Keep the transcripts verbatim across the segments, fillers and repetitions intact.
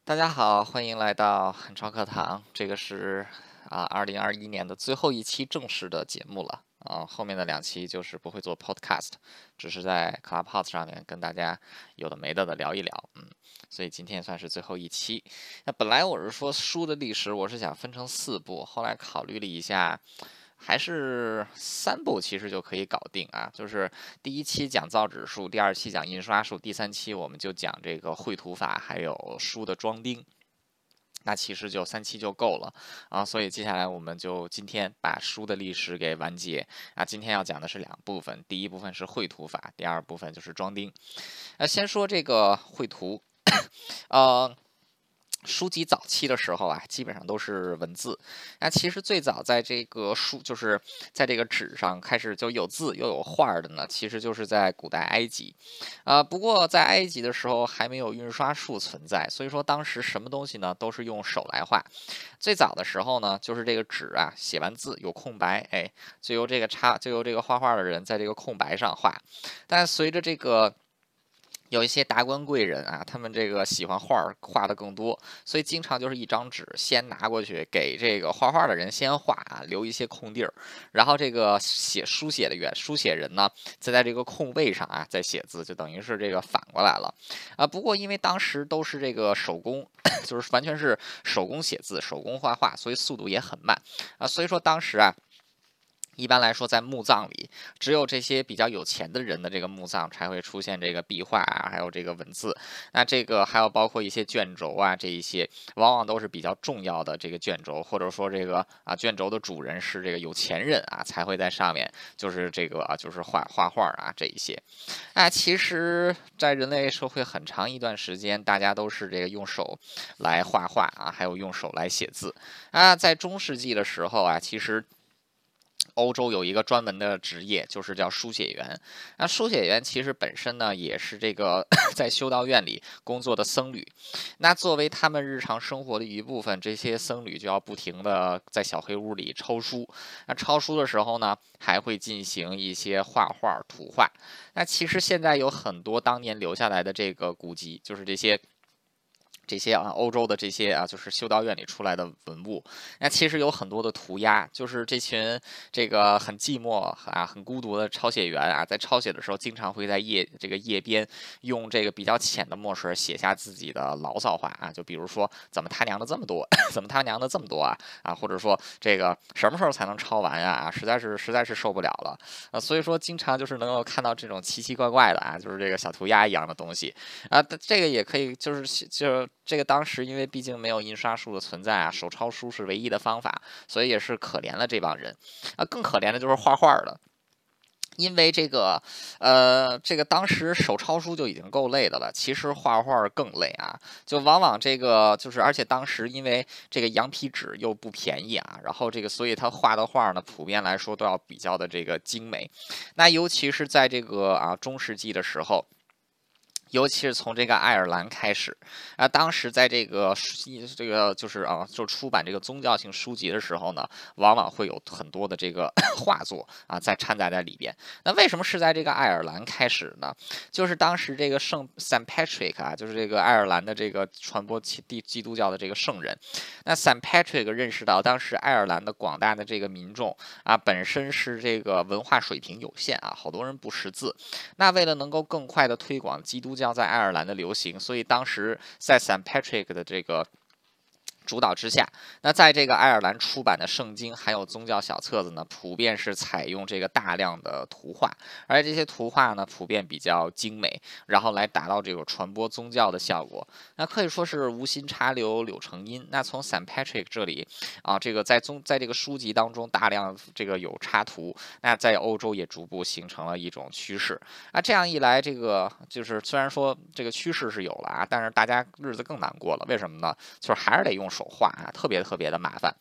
大家好，欢迎来到汉超课堂。这个是啊，二零二一年的最后一期正式的节目了啊。后面的两期就是不会做 podcast，只是在 Clubhouse 上面跟大家有的没的的聊一聊。嗯，所以今天算是最后一期。那本来我是说书的历史，我是想分成四部，后来考虑了一下。还是三部其实就可以搞定啊，就是第一期讲造纸术，第二期讲印刷术，第三期我们就讲这个绘图法，还有书的装订。那其实就三期就够了啊，所以接下来我们就今天把书的历史给完结啊。今天要讲的是两部分，第一部分是绘图法，第二部分就是装订。那先说这个绘图，呃。书籍早期的时候啊，基本上都是文字。那其实最早在这个书，就是在这个纸上开始就有字又有画的呢，其实就是在古代埃及。啊，不过在埃及的时候还没有印刷术存在，所以说当时什么东西呢都是用手来画。最早的时候呢，就是这个纸啊，写完字有空白，哎，就由这个插，就由这个画画的人在这个空白上画。但随着这个有一些达官贵人啊，他们这个喜欢画儿画的更多，所以经常就是一张纸先拿过去给这个画画的人先画啊，留一些空地儿，然后这个写书写的员书写人呢，再在这个空位上啊再写字，就等于是这个反过来了啊。不过因为当时都是这个手工，就是完全是手工写字、手工画画，所以速度也很慢啊。所以说当时啊。一般来说，在墓葬里，只有这些比较有钱的人的这个墓葬才会出现这个壁画啊，还有这个文字。那这个还有包括一些卷轴啊，这一些往往都是比较重要的这个卷轴，或者说这个啊卷轴的主人是这个有钱人啊，才会在上面就是这个啊就是画画画啊这一些。那其实，在人类社会很长一段时间，大家都是这个用手来画画啊，还有用手来写字啊。在中世纪的时候啊，其实。欧洲有一个专门的职业，就是叫书写员。那书写员其实本身呢，也是这个在修道院里工作的僧侣。那作为他们日常生活的一部分，这些僧侣就要不停的在小黑屋里抄书。那抄书的时候呢，还会进行一些画画、图画。那其实现在有很多当年留下来的这个古籍，就是这些。这些啊，欧洲的这些啊，就是修道院里出来的文物，那其实有很多的涂鸦，就是这群这个很寂寞啊、很孤独的抄写员啊，在抄写的时候，经常会在页这个页边用这个比较浅的墨水写下自己的牢骚话啊，就比如说怎么他娘的这么多，怎么他娘的这么多啊啊，或者说这个什么时候才能抄完呀？啊，实在是实在是受不了了啊，所以说经常就是能够看到这种奇奇怪怪的啊，就是这个小涂鸦一样的东西啊，这个也可以就是就。这个当时因为毕竟没有印刷术的存在啊，手抄书是唯一的方法，所以也是可怜了这帮人啊。更可怜的就是画画的，因为这个，呃，这个当时手抄书就已经够累的了，其实画画更累啊。就往往这个就是，而且当时因为这个羊皮纸又不便宜啊，然后这个所以他画的画呢，普遍来说都要比较的这个精美。那尤其是在这个啊中世纪的时候。尤其是从这个爱尔兰开始，啊，当时在这个这个就是啊，就出版这个宗教性书籍的时候呢，往往会有很多的这个画作啊，在掺杂在里边。那为什么是在这个爱尔兰开始呢？就是当时这个圣 Saint Patrick 啊，就是这个爱尔兰的这个传播基基督教的这个圣人。那 Saint Patrick 认识到，当时爱尔兰的广大的这个民众啊，本身是这个文化水平有限啊，好多人不识字。那为了能够更快的推广基督教在爱尔兰的流行，所以当时在 Saint Patrick 的这个主导之下，那在这个爱尔兰出版的圣经还有宗教小册子呢，普遍是采用这个大量的图画，而且这些图画呢普遍比较精美，然后来达到这个传播宗教的效果。那可以说是无心插柳柳成荫。那从 Saint Patrick 这里啊，这个在宗在这个书籍当中大量这个有插图，那在欧洲也逐步形成了一种趋势。啊，这样一来，这个就是虽然说这个趋势是有了啊，但是大家日子更难过了。为什么呢？就是还是得用手画啊，特别特别的麻烦。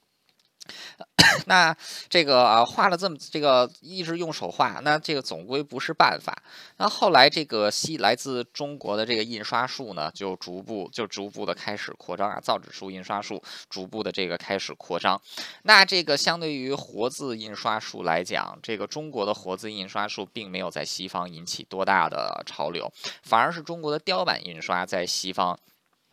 那这个啊，画了这么这个一直用手画，那这个总归不是办法。那后来这个西来自中国的这个印刷术呢，就逐步就逐步的开始扩张啊，造纸术、印刷术逐步的这个开始扩张。那这个相对于活字印刷术来讲，这个中国的活字印刷术并没有在西方引起多大的潮流，反而是中国的雕版印刷在西方。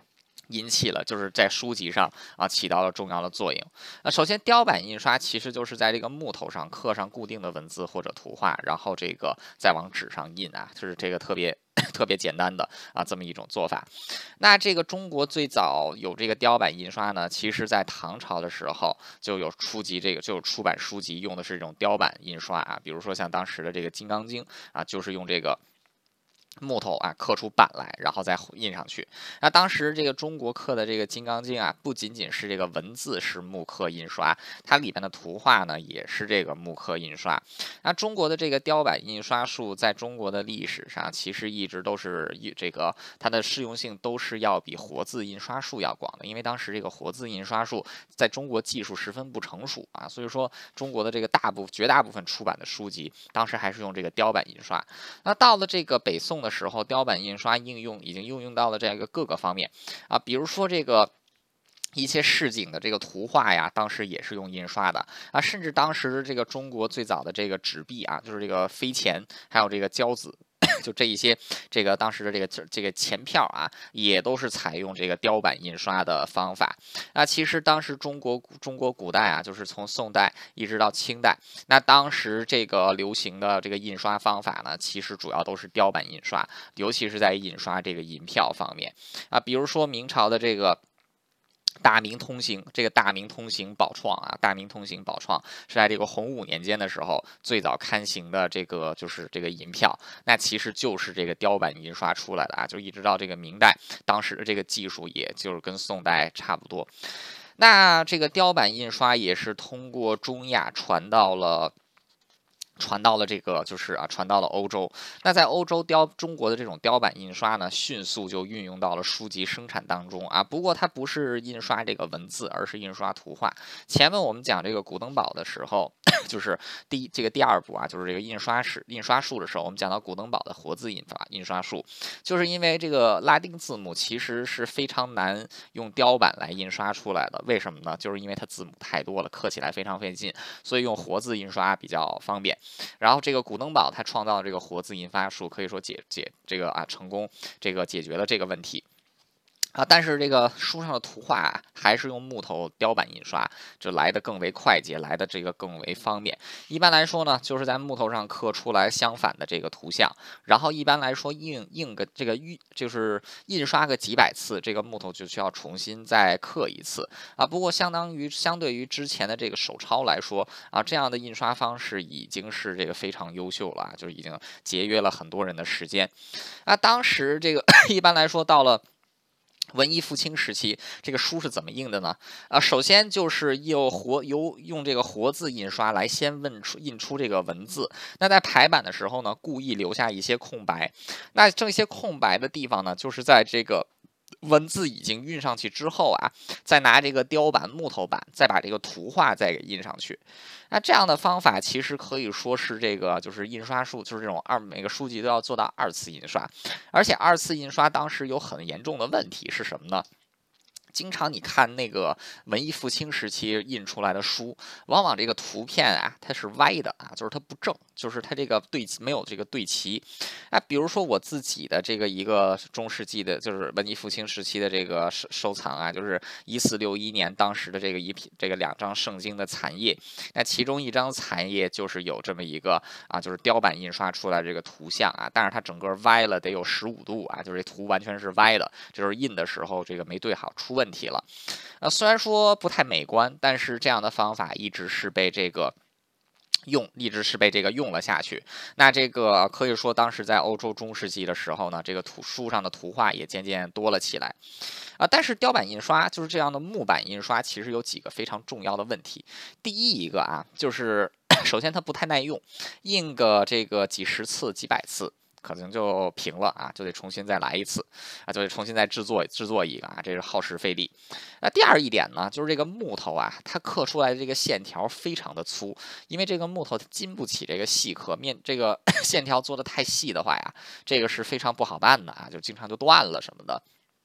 引起了就是在书籍上啊起到了重要的作用。那首先，雕版印刷其实就是在这个木头上刻上固定的文字或者图画，然后这个再往纸上印啊，就是这个特别特别简单的啊这么一种做法。那这个中国最早有这个雕版印刷呢，其实在唐朝的时候就有书籍，这个就有出版书籍用的是这种雕版印刷啊，比如说像当时的这个《金刚经》啊，就是用这个木头啊刻出版来，然后再印上去。那当时这个中国刻的这个《金刚经》啊，不仅仅是这个文字是木刻印刷，它里面的图画呢也是这个木刻印刷。那中国的这个雕版印刷术，在中国的历史上其实一直都是这个它的适用性都是要比活字印刷术要广的，因为当时这个活字印刷术在中国技术十分不成熟啊，所以说中国的这个大部绝大部分出版的书籍，当时还是用这个雕版印刷。那到了这个北宋的时候，雕版印刷应用已经应用到了这个各个方面啊，比如说这个。一些市井的这个图画呀，当时也是用印刷的啊，甚至当时这个中国最早的这个纸币啊，就是这个飞钱，还有这个交子，就这一些，这个当时的这个这个钱票啊，也都是采用这个雕版印刷的方法。那其实当时中国中国古代啊，就是从宋代一直到清代，那当时这个流行的这个印刷方法呢，其实主要都是雕版印刷，尤其是在印刷这个银票方面啊，比如说明朝的这个。大明通行，这个大明通行宝创啊，大明通行宝创是在这个洪武年间的时候最早刊行的这个就是这个银票，那其实就是这个雕版印刷出来的啊，就一直到这个明代，当时的这个技术也就是跟宋代差不多。那这个雕版印刷也是通过中亚传到了。传到了这个就是啊，传到了欧洲。那在欧洲雕中国的这种雕版印刷呢，迅速就运用到了书籍生产当中啊。不过它不是印刷这个文字，而是印刷图画。前面我们讲这个古登堡的时候，就是第一这个第二步啊，就是这个印刷史印刷术的时候，我们讲到古登堡的活字印刷印刷术，就是因为这个拉丁字母其实是非常难用雕版来印刷出来的。为什么呢？就是因为它字母太多了，刻起来非常费劲，所以用活字印刷比较方便。然后这个古登堡他创造的这个活字印刷术，可以说解解这个啊成功这个解决了这个问题。啊，但是这个书上的图画啊，还是用木头雕版印刷，就来的更为快捷，来的这个更为方便。一般来说呢，就是在木头上刻出来相反的这个图像，然后一般来说印印个这个印就是印刷个几百次，这个木头就需要重新再刻一次啊。不过相当于相对于之前的这个手抄来说啊，这样的印刷方式已经是这个非常优秀了，就已经节约了很多人的时间。啊，当时这个一般来说到了。文艺复兴时期，这个书是怎么印的呢？啊，首先就是用活由用这个活字印刷来先问出印出这个文字。那在排版的时候呢，故意留下一些空白。那这些空白的地方呢，就是在这个。文字已经印上去之后啊，再拿这个雕版木头版，再把这个图画再给印上去。那这样的方法其实可以说是这个就是印刷术，就是这种二每个书籍都要做到二次印刷，而且二次印刷当时有很严重的问题是什么呢？经常你看那个文艺复兴时期印出来的书，往往这个图片啊它是歪的啊，就是它不正，就是它这个对没有这个对齐。啊，比如说我自己的这个一个中世纪的，就是文艺复兴时期的这个收收藏啊，就是一四六一年当时的这个一品这个两张圣经的残页，那其中一张残页就是有这么一个啊，就是雕版印刷出来这个图像啊，但是它整个歪了得有十五度啊，就是这图完全是歪的，就是印的时候这个没对好，出问题了。呃，虽然说不太美观，但是这样的方法一直是被这个。用一直是被这个用了下去，那这个可以说当时在欧洲中世纪的时候呢，这个图书上的图画也渐渐多了起来，啊，但是雕版印刷就是这样的木版印刷，其实有几个非常重要的问题。第一一个啊，就是首先它不太耐用，印个这个几十次、几百次。可能就平了啊，就得重新再来一次啊，就得重新再制作制作一个啊，这是耗时费力。那第二一点呢，就是这个木头啊，它刻出来的这个线条非常的粗，因为这个木头它经不起这个细刻，面这个线条做的太细的话呀，这个是非常不好办的啊，就经常就断了什么的。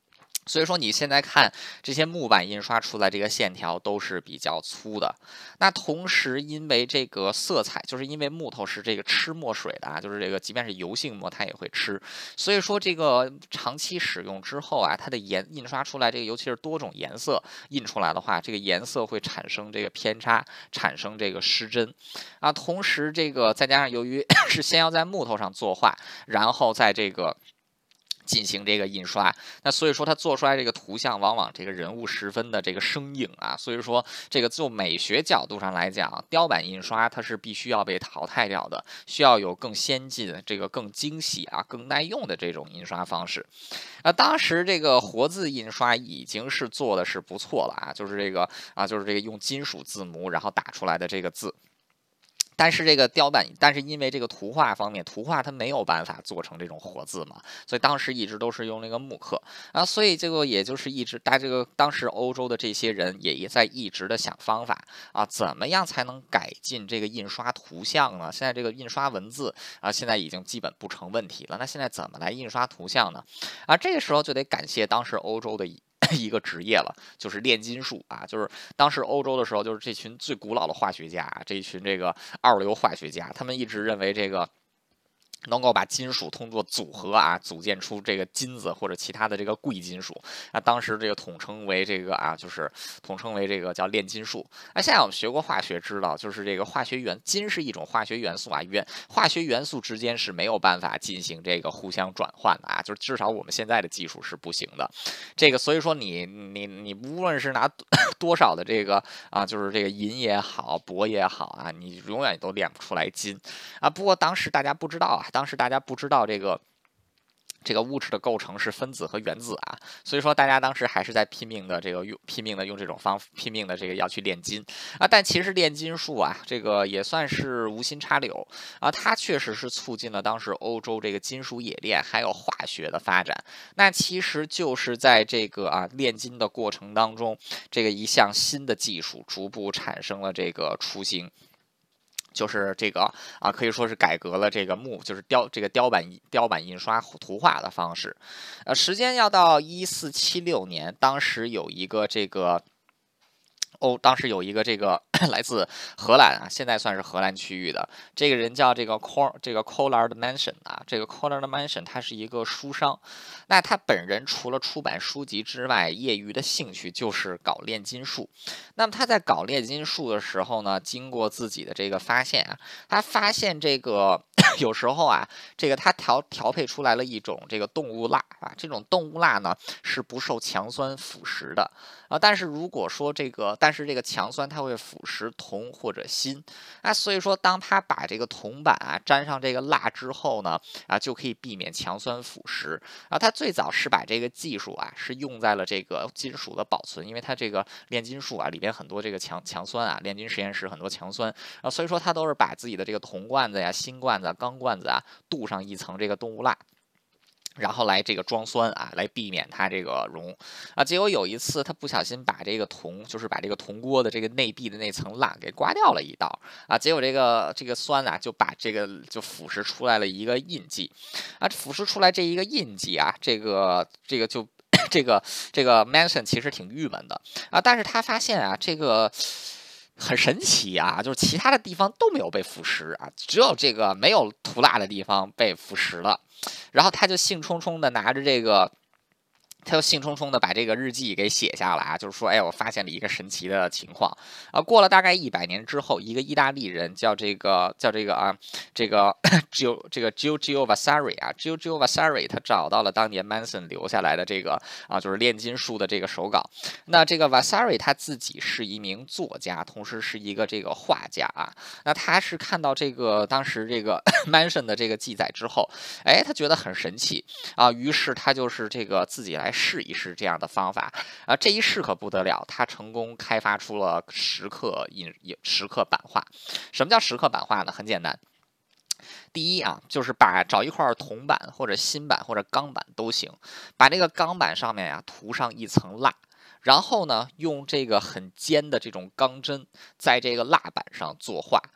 所以说你现在看这些木板印刷出来这个线条都是比较粗的，那同时因为这个色彩，就是因为木头是这个吃墨水的啊，就是这个即便是油性墨它也会吃，所以说这个长期使用之后啊，它的颜印刷出来这个尤其是多种颜色印出来的话，这个颜色会产生这个偏差，产生这个失真啊。同时这个再加上由于是先要在木头上作画，然后在这个进行这个印刷，那所以说它做出来这个图像，往往这个人物十分的这个生硬啊，所以说这个就美学角度上来讲，雕版印刷它是必须要被淘汰掉的，需要有更先进、这个更精细啊、更耐用的这种印刷方式。啊，当时这个活字印刷已经是做的是不错了啊，就是这个啊，就是这个用金属字母然后打出来的这个字。但是这个雕版，但是因为这个图画方面，图画它没有办法做成这种活字嘛，所以当时一直都是用那个木刻啊，所以这个也就是一直，大这个当时欧洲的这些人也也在一直的想方法啊，怎么样才能改进这个印刷图像呢？现在这个印刷文字啊，现在已经基本不成问题了，那现在怎么来印刷图像呢？啊，这个时候就得感谢当时欧洲的一个职业了，就是炼金术啊，就是当时欧洲的时候，就是这群最古老的化学家，这一群这个二流化学家，他们一直认为这个。能够把金属通过组合啊，组建出这个金子或者其他的这个贵金属，那当时这个统称为这个啊，就是统称为这个叫炼金术。那现在我们学过化学，知道就是这个化学元金是一种化学元素啊，元化学元素之间是没有办法进行这个互相转换的啊，就是至少我们现在的技术是不行的。这个所以说你你你无论是拿多少的这个啊，就是这个银也好，铂也好啊，你永远都炼不出来金啊。不过当时大家不知道啊。当时大家不知道这个这个物质的构成是分子和原子啊，所以说大家当时还是在拼命的这个用拼命的用这种方拼命的这个要去炼金啊，但其实炼金术啊，这个也算是无心插柳啊，它确实是促进了当时欧洲这个金属冶炼还有化学的发展。那其实就是在这个啊炼金的过程当中，这个一项新的技术逐步产生了这个雏形。就是这个啊，可以说是改革了这个木，就是雕这个雕版雕版印刷图画的方式。呃，时间要到一四七六年，当时有一个这个。欧当时有一个这个来自荷兰啊，现在算是荷兰区域的这个人叫这个 Col 这个 Collard Manson 啊，这个 Collard Manson 他是一个书商，那他本人除了出版书籍之外，业余的兴趣就是搞炼金术。那么他在搞炼金术的时候呢，经过自己的这个发现啊，他发现这个有时候啊，这个他调调配出来了一种这个动物蜡啊，这种动物蜡呢是不受强酸腐蚀的啊，但是如果说这个，但是这个强酸它会腐蚀铜或者锌，啊，所以说当他把这个铜板啊沾上这个蜡之后呢，啊就可以避免强酸腐蚀啊。他最早是把这个技术啊是用在了这个金属的保存，因为它这个炼金术啊里边很多这个强强酸啊，炼金实验室很多强酸啊，所以说他都是把自己的这个铜罐子呀、锌罐子、钢罐子啊镀上一层这个动物蜡。然后来这个装酸啊，来避免它这个熔啊。结果有一次他不小心把这个铜，就是把这个铜锅的这个内壁的那层蜡给刮掉了一道啊。结果这个这个酸啊，就把这个就腐蚀出来了一个印记啊。腐蚀出来这一个印记啊，这个这个就这个这个 Manson 其实挺郁闷的啊。但是他发现啊，这个。很神奇啊，就是其他的地方都没有被腐蚀啊，只有这个没有涂蜡的地方被腐蚀了。然后他就兴冲冲的拿着这个。他又兴冲冲的把这个日记给写下来啊，就是说，哎，我发现了一个神奇的情况啊。过了大概一百年之后，一个意大利人叫这个叫这个啊，这个 Gio 这个 Giorgio Vasari 啊，Giorgio Vasari 他找到了当年 Manson 留下来的这个啊，就是炼金术的这个手稿。那这个 Vasari 他自己是一名作家，同时是一个这个画家啊。那他是看到这个当时这个 Manson 的这个记载之后，哎，他觉得很神奇啊，于是他就是这个自己来试一试这样的方法啊。这一试可不得了，他成功开发出了蚀刻印蚀刻版画。什么叫蚀刻版画呢？很简单。第一啊，就是把找一块铜板或者锌板或者钢板都行，把这个钢板上面呀、啊、涂上一层蜡，然后呢，用这个很尖的这种钢针在这个蜡板上作画。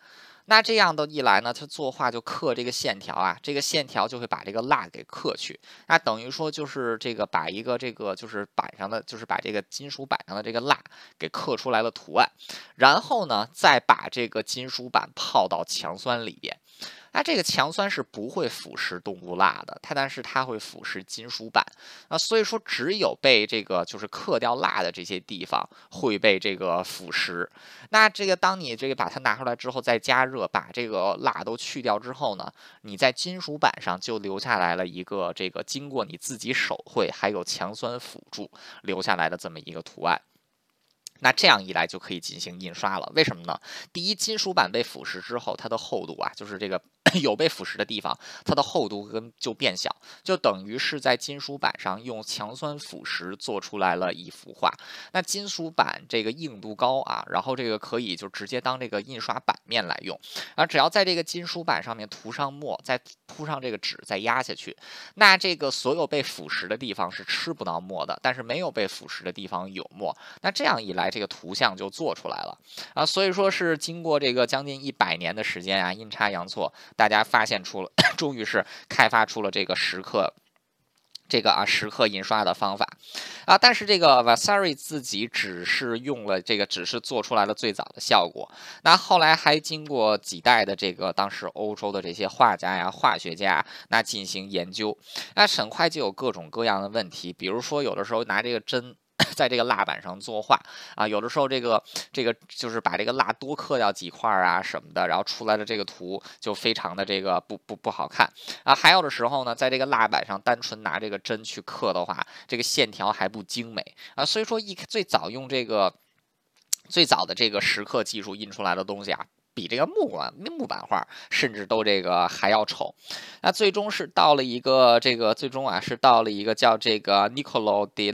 那这样的一来呢，它作画就刻这个线条啊，这个线条就会把这个蜡给刻去，那等于说就是这个把一个这个就是板上的，就是把这个金属板上的这个蜡给刻出来了图案，然后呢，再把这个金属板泡到强酸里边。那这个强酸是不会腐蚀动物蜡的，它但是它会腐蚀金属板啊，所以说只有被这个就是刻掉蜡的这些地方会被这个腐蚀。那这个当你这个把它拿出来之后再加热，把这个蜡都去掉之后呢，你在金属板上就留下来了一个这个经过你自己手绘还有强酸辅助留下来的这么一个图案。那这样一来就可以进行印刷了，为什么呢？第一，金属板被腐蚀之后，它的厚度啊，就是这个有被腐蚀的地方，它的厚度跟就变小，就等于是在金属板上用强酸腐蚀做出来了一幅画。那金属板这个硬度高啊，然后这个可以就直接当这个印刷板面来用，啊，只要在这个金属板上面涂上墨，再铺上这个纸，再压下去，那这个所有被腐蚀的地方是吃不到墨的，但是没有被腐蚀的地方有墨。那这样一来，这个图像就做出来了啊，所以说是经过这个将近一百年的时间啊，阴差阳错，大家发现出了，终于是开发出了这个石刻。这个啊，石刻印刷的方法啊，但是这个 Vasari 自己只是用了这个，只是做出来了最早的效果。那后来还经过几代的这个当时欧洲的这些画家呀、化学家，那进行研究，那很快就有各种各样的问题，比如说有的时候拿这个针。在这个蜡板上作画啊，有的时候这个这个就是把这个蜡多刻掉几块啊什么的，然后出来的这个图就非常的这个不不不好看啊。还有的时候呢，在这个蜡板上单纯拿这个针去刻的话，这个线条还不精美啊。所以说一最早用这个最早的这个石刻技术印出来的东西啊。比这个木板木板画甚至都这个还要丑，那最终是到了一个这个最终啊是到了一个叫这个 Niccolo di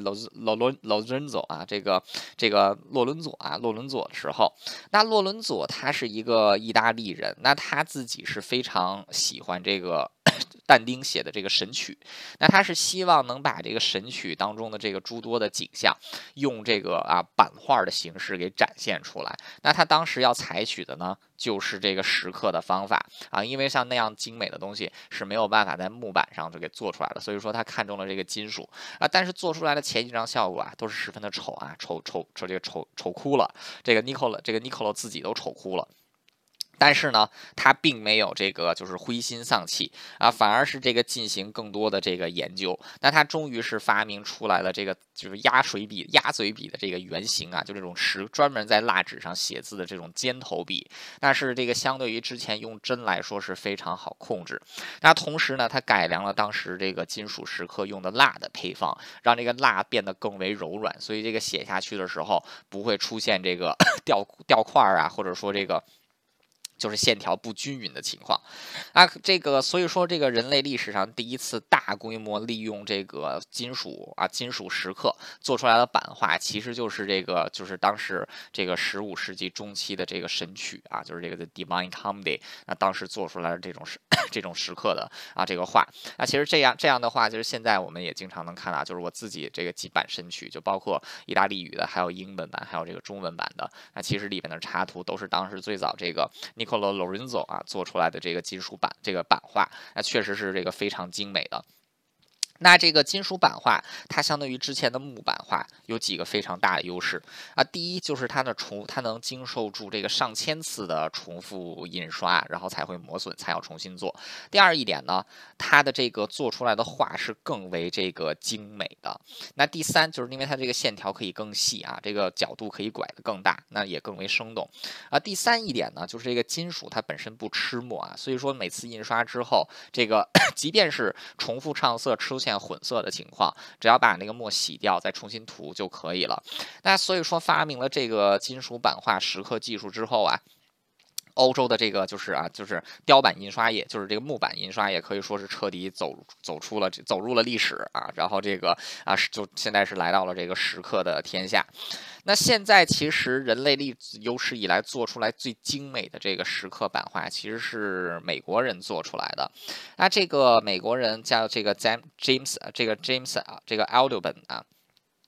Lorenzo 啊，这个这个洛伦佐啊洛伦佐的时候，那洛伦佐他是一个意大利人，那他自己是非常喜欢这个。但丁写的这个《神曲》，那他是希望能把这个《神曲》当中的这个诸多的景象，用这个啊版画的形式给展现出来。那他当时要采取的呢，就是这个石刻的方法啊，因为像那样精美的东西是没有办法在木板上就给做出来的，所以说他看中了这个金属啊，但是做出来的前几张效果啊，都是十分的丑啊，丑丑丑这个丑丑哭了，这个 Niccolo 这个 Niccolo 自己都丑哭了。但是呢，他并没有这个就是灰心丧气啊，反而是这个进行更多的这个研究。那他终于是发明出来了这个就是压水笔、鸭嘴笔的这个原型啊，就这种石专门在蜡纸上写字的这种尖头笔。但是这个相对于之前用针来说是非常好控制。那同时呢，他改良了当时这个金属石刻用的蜡的配方，让这个蜡变得更为柔软，所以这个写下去的时候不会出现这个掉掉块啊，或者说这个。就是线条不均匀的情况，啊，这个所以说这个人类历史上第一次大规模利用这个金属啊金属石刻做出来的版画，其实就是这个就是当时这个十五世纪中期的这个神曲啊，就是这个 The Divine Comedy， 那当时做出来的这种石这种石刻的啊这个画，那其实这样这样的话，就是现在我们也经常能看到，就是我自己这个几版神曲，就包括意大利语的，还有英文版，还有这个中文版的，那其实里面的插图都是当时最早这个 Niccolo Lorenzo 啊做出来的这个金属版这个版画，那确实是这个非常精美的。那这个金属版画，它相对于之前的木版画有几个非常大的优势啊。第一就是它的重，它能经受住这个上千次的重复印刷，然后才会磨损，才要重新做。第二一点呢，它的这个做出来的画是更为这个精美的。那第三就是因为它这个线条可以更细啊，这个角度可以拐得更大，那也更为生动啊。第三一点呢，就是这个金属它本身不吃墨啊，所以说每次印刷之后，这个即便是重复上色出现混色的情况，只要把那个墨洗掉，再重新涂就可以了。那所以说发明了这个金属版画石刻技术之后啊。欧洲的这个就是啊，就是雕版印刷业，就是这个木板印刷业，可以说是彻底走走出了走入了历史啊。然后这个啊，就现在是来到了这个石刻的天下。那现在其实人类历有史以来做出来最精美的这个石刻版画，其实是美国人做出来的。那这个美国人叫这个 James， 这个 James 啊，这个 Audubon 啊。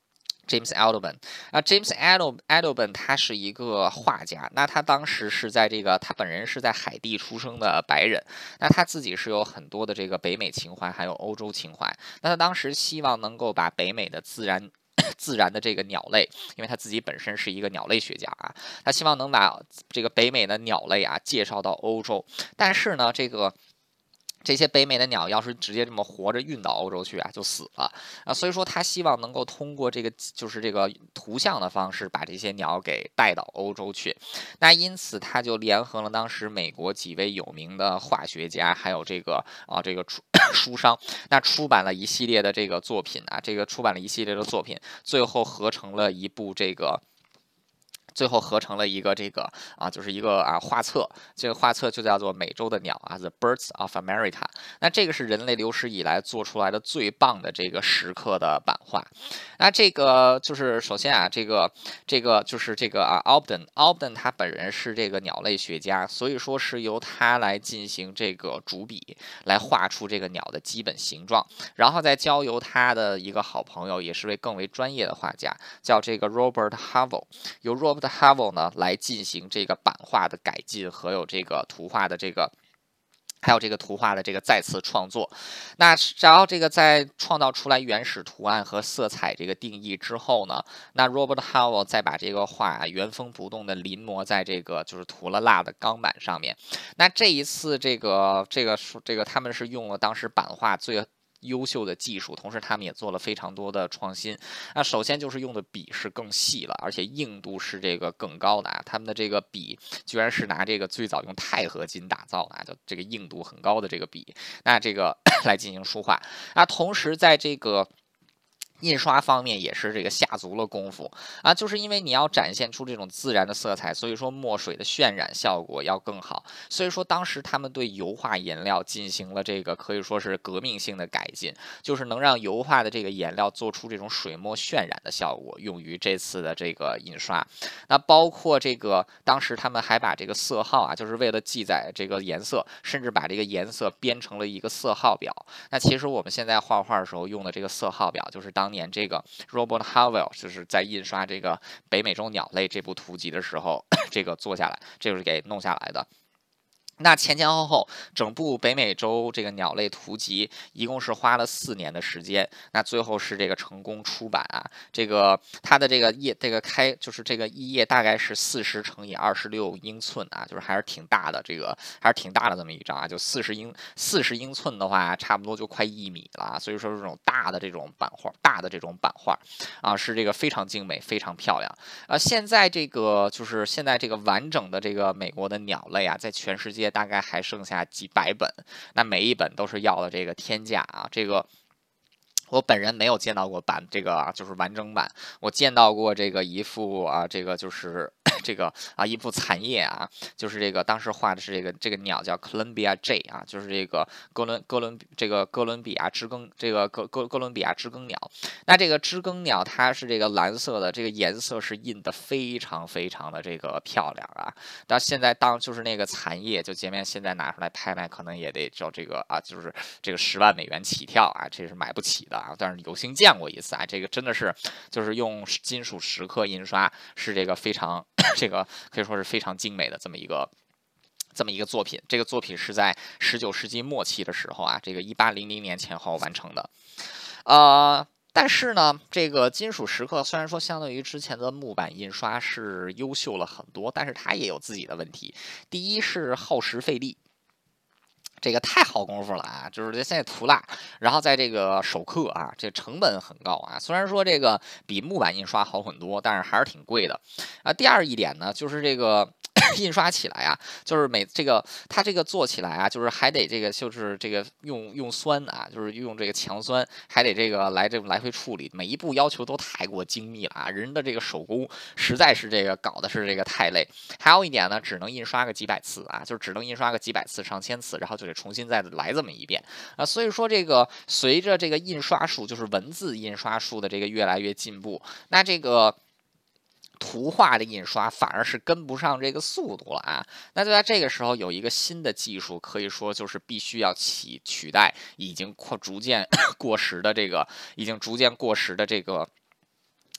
James Adelman 啊，James Adel Adelman 他是一个画家，那他当时是在这个他本人是在海地出生的白人，那他自己是有很多的这个北美情怀，还有欧洲情怀。那他当时希望能够把北美的自然自然的这个鸟类，因为他自己本身是一个鸟类学家啊，他希望能把这个北美的鸟类啊介绍到欧洲，但是呢，这个。这些北美的鸟要是直接这么活着运到欧洲去啊，就死了啊。所以说，他希望能够通过这个就是这个图像的方式，把这些鸟给带到欧洲去。那因此，他就联合了当时美国几位有名的化学家，还有这个啊这个出书商，那出版了一系列的这个作品啊，这个出版了一系列的作品，最后合成了一部这个。最后合成了一个这个啊，就是一个啊画册，这个画册就叫做《美洲的鸟》啊，《The Birds of America》。那这个是人类有史以来做出来的最棒的这个石刻的版画。那这个就是首先啊，这个这个就是这个啊，Audubon，Audubon 他本人是这个鸟类学家，所以说是由他来进行这个主笔来画出这个鸟的基本形状，然后再交由他的一个好朋友，也是位更为专业的画家，叫这个 Robert Havell， 由 Robert Havell 呢来进行这个版画的改进和有这个图画的这个。还有这个图画的这个再次创作，那然后这个在创造出来原始图案和色彩这个定义之后呢，那 Robert Havell 再把这个画原封不动的临摹在这个就是涂了蜡的钢板上面。那这一次这个这个这个他们是用了当时版画最优秀的技术，同时他们也做了非常多的创新。那首先就是用的笔是更细了，而且硬度是这个更高的啊。他们的这个笔居然是拿这个最早用钛合金打造的，就这个硬度很高的这个笔，那这个来进行书画。那同时在这个。印刷方面也是这个下足了功夫啊，就是因为你要展现出这种自然的色彩，所以说墨水的渲染效果要更好。所以说当时他们对油画颜料进行了这个可以说是革命性的改进，就是能让油画的这个颜料做出这种水墨渲染的效果，用于这次的这个印刷。那包括这个当时他们还把这个色号啊，就是为了记载这个颜色，甚至把这个颜色编成了一个色号表。那其实我们现在画画的时候用的这个色号表，就是当年这个 Robert Havell 就是在印刷这个北美洲鸟类这部图集的时候，这个做下来，这就是给弄下来的。那前前后后，整部北美洲这个鸟类图集一共是花了四年的时间。那最后是这个成功出版啊，这个它的这个页，这个开就是这个一页大概是四十乘以二十六英寸啊，就是还是挺大的，这个还是挺大的这么一张啊，就四十英四十英寸的话，差不多就快一米了。所以说这种大的这种版画，大的这种版画啊，是这个非常精美，非常漂亮。呃，现在这个就是现在这个完整的这个美国的鸟类啊，在全世界大概还剩下几百本，那每一本都是要的这个天价啊，这个。我本人没有见到过版这个就是完整版，我见到过这个一幅啊，这个就是这个啊一幅残页啊，就是这个当时画的是这个这个鸟叫 Columbia Jay 啊，就是这个哥伦哥伦这个哥伦比亚知更这个哥哥哥伦比亚知更鸟。那这个知更鸟它是这个蓝色的，这个颜色是印的非常非常的这个漂亮啊。但现在当就是那个残页，就截面现在拿出来拍卖，可能也得叫这个啊，就是这个十万美元起跳啊，这是买不起的啊。但是有幸见过一次啊，这个真的是就是用金属蚀刻印刷，是这个非常这个可以说是非常精美的这么一个。这么一个作品，这个作品是在十九世纪末期的时候啊，这个一八零零年前后完成的，呃。但是呢，这个金属蚀刻虽然说相对于之前的木板印刷是优秀了很多，但是它也有自己的问题。第一是耗时费力，这个太耗功夫了啊！就是现在涂蜡，然后在这个手刻啊，这成本很高啊。虽然说这个比木板印刷好很多，但是还是挺贵的啊。第二一点呢，就是这个。印刷起来啊，就是每这个它这个做起来啊，就是还得这个就是这个用用酸啊，就是用这个强酸，还得这个来这种来回处理，每一步要求都太过精密了啊，人的这个手工实在是这个搞的是这个太累。还有一点呢，只能印刷个几百次啊，就只能印刷个几百次、上千次，然后就得重新再来这么一遍啊。所以说这个随着这个印刷术，就是文字印刷术的这个越来越进步，那这个。图画的印刷反而是跟不上这个速度了啊！那就在这个时候，有一个新的技术，可以说就是必须要取取代已经扩逐渐过时的这个，已经逐渐过时的这个。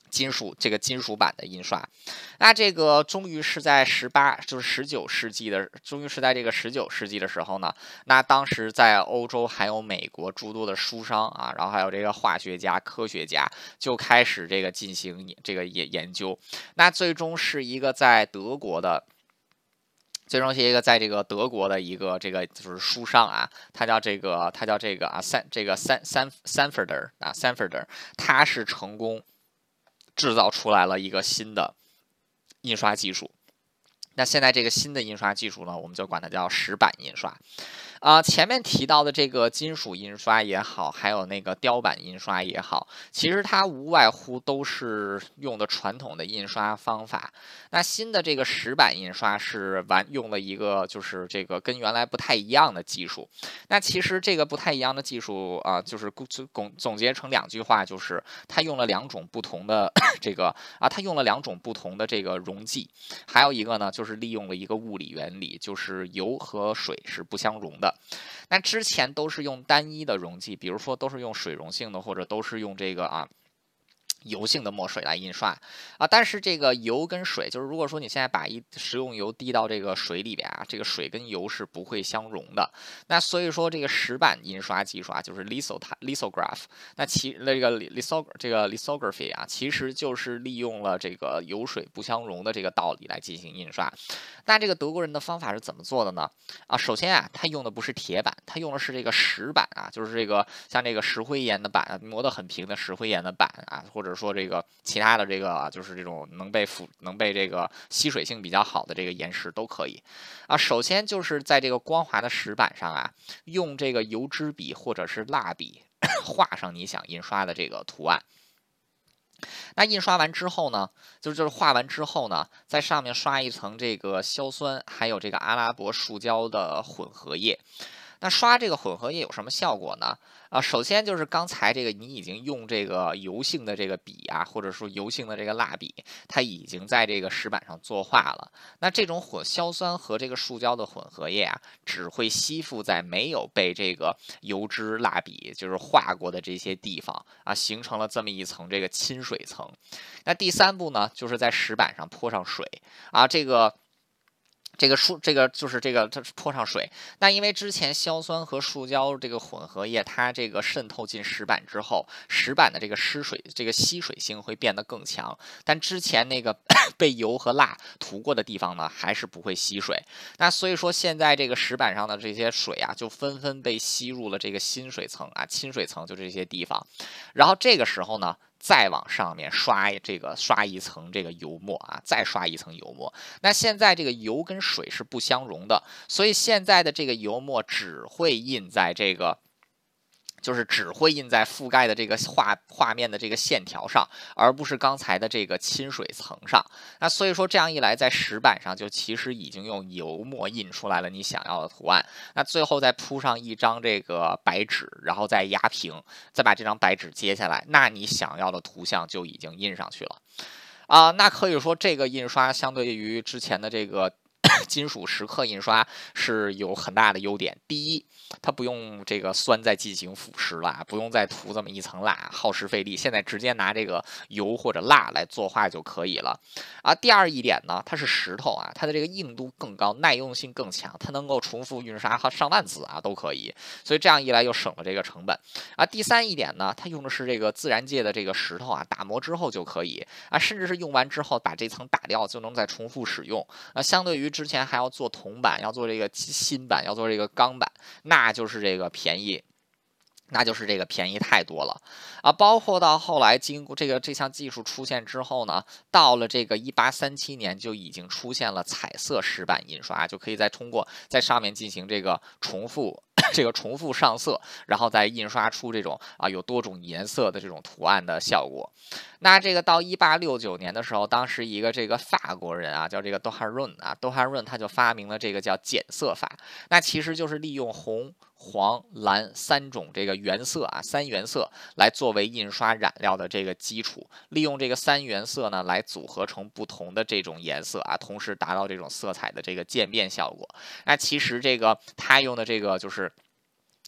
金属这个金属版的印刷，那这个终于是在十八就是十九世纪的，终于是在这个十九世纪的时候呢，那当时在欧洲还有美国诸多的书商啊，然后还有这个化学家、科学家就开始这个进行这个研研究，那最终是一个在德国的。最终是一个在这个德国的一个这个就是书商啊，他叫这个他叫这个啊三这个三三三 Sanford 啊 Sanford，他是成功制造出来了一个新的印刷技术。那现在这个新的印刷技术呢，我们就管它叫石版印刷。啊、呃，前面提到的这个金属印刷也好，还有那个雕版印刷也好，其实它无外乎都是用的传统的印刷方法。那新的这个石版印刷是完用了一个就是这个跟原来不太一样的技术。那其实这个不太一样的技术啊、呃，就是总总结成两句话，就是它用了两种不同的这个啊，它用了两种不同的这个溶剂，还有一个呢就是利用了一个物理原理，就是油和水是不相容的。那之前都是用单一的溶剂，比如说都是用水溶性的，或者都是用这个啊。油性的墨水来印刷啊，但是这个油跟水，就是如果说你现在把一食用油滴到这个水里边啊，这个水跟油是不会相溶的。那所以说这个石版印刷技术啊，就是 litho lithograph，那其那个 litho 这个 lithography 啊，其实就是利用了这个油水不相溶的这个道理来进行印刷。那这个德国人的方法是怎么做的呢？啊，首先啊，他用的不是铁板，他用的是这个石板啊，就是这个像这个石灰岩的板，磨得很平的石灰岩的板啊，或者说这个其他的这个啊，就是这种能被腐能被这个吸水性比较好的这个岩石都可以啊。首先就是在这个光滑的石板上啊，用这个油脂笔或者是蜡笔画上你想印刷的这个图案。那印刷完之后呢，就是就是画完之后呢，在上面刷一层这个硝酸，还有这个阿拉伯树胶的混合液。那刷这个混合液有什么效果呢？啊，首先就是刚才这个你已经用这个油性的这个笔啊，或者说油性的这个蜡笔，它已经在这个石板上作画了。那这种混硝酸和这个树胶的混合液啊，只会吸附在没有被这个油脂蜡笔就是画过的这些地方啊，形成了这么一层这个亲水层。那第三步呢，就是在石板上泼上水啊，这个。这个树，这个就是这个，这泼上水。那因为之前硝酸和树胶这个混合液，它这个渗透进石板之后，石板的这个湿水，这个吸水性会变得更强。但之前那个被油和蜡涂过的地方呢，还是不会吸水。那所以说，现在这个石板上的这些水啊，就纷纷被吸入了这个新水层啊，亲水层就这些地方。然后这个时候呢，再往上面刷这个刷一层这个油墨啊，再刷一层油墨。那现在这个油跟水是不相容的，所以现在的这个油墨只会印在这个。就是只会印在覆盖的这个画画面的这个线条上，而不是刚才的这个亲水层上。那所以说这样一来，在石板上就其实已经用油墨印出来了你想要的图案。那最后再铺上一张这个白纸，然后再压平，再把这张白纸揭下来，那你想要的图像就已经印上去了。啊、呃，那可以说这个印刷相对于之前的这个金属蚀刻印刷是有很大的优点。第一，它不用这个酸再进行腐蚀了，不用再涂这么一层蜡，耗时费力。现在直接拿这个油或者蜡来作画就可以了。啊，第二一点呢，它是石头啊，它的这个硬度更高，耐用性更强，它能够重复印刷和上万次啊都可以。所以这样一来又省了这个成本。啊，第三一点呢，它用的是这个自然界的这个石头啊，打磨之后就可以啊，甚至是用完之后把这层打掉就能再重复使用。啊，相对于之前还要做铜板，要做这个锌板，要做这个钢板，那就是这个便宜。那就是这个便宜太多了啊！包括到后来，经过这个这项技术出现之后呢，到了这个一八三七年就已经出现了彩色石版印刷，就可以再通过在上面进行这个重复。这个重复上色，然后再印刷出这种啊有多种颜色的这种图案的效果。那这个到一八六九年的时候，当时一个这个法国人啊，叫这个多哈润啊，多哈润他就发明了这个叫减色法。那其实就是利用红、黄、蓝三种这个原色啊，三原色来作为印刷染料的这个基础，利用这个三原色呢来组合成不同的这种颜色啊，同时达到这种色彩的这个渐变效果。那其实这个他用的这个就是。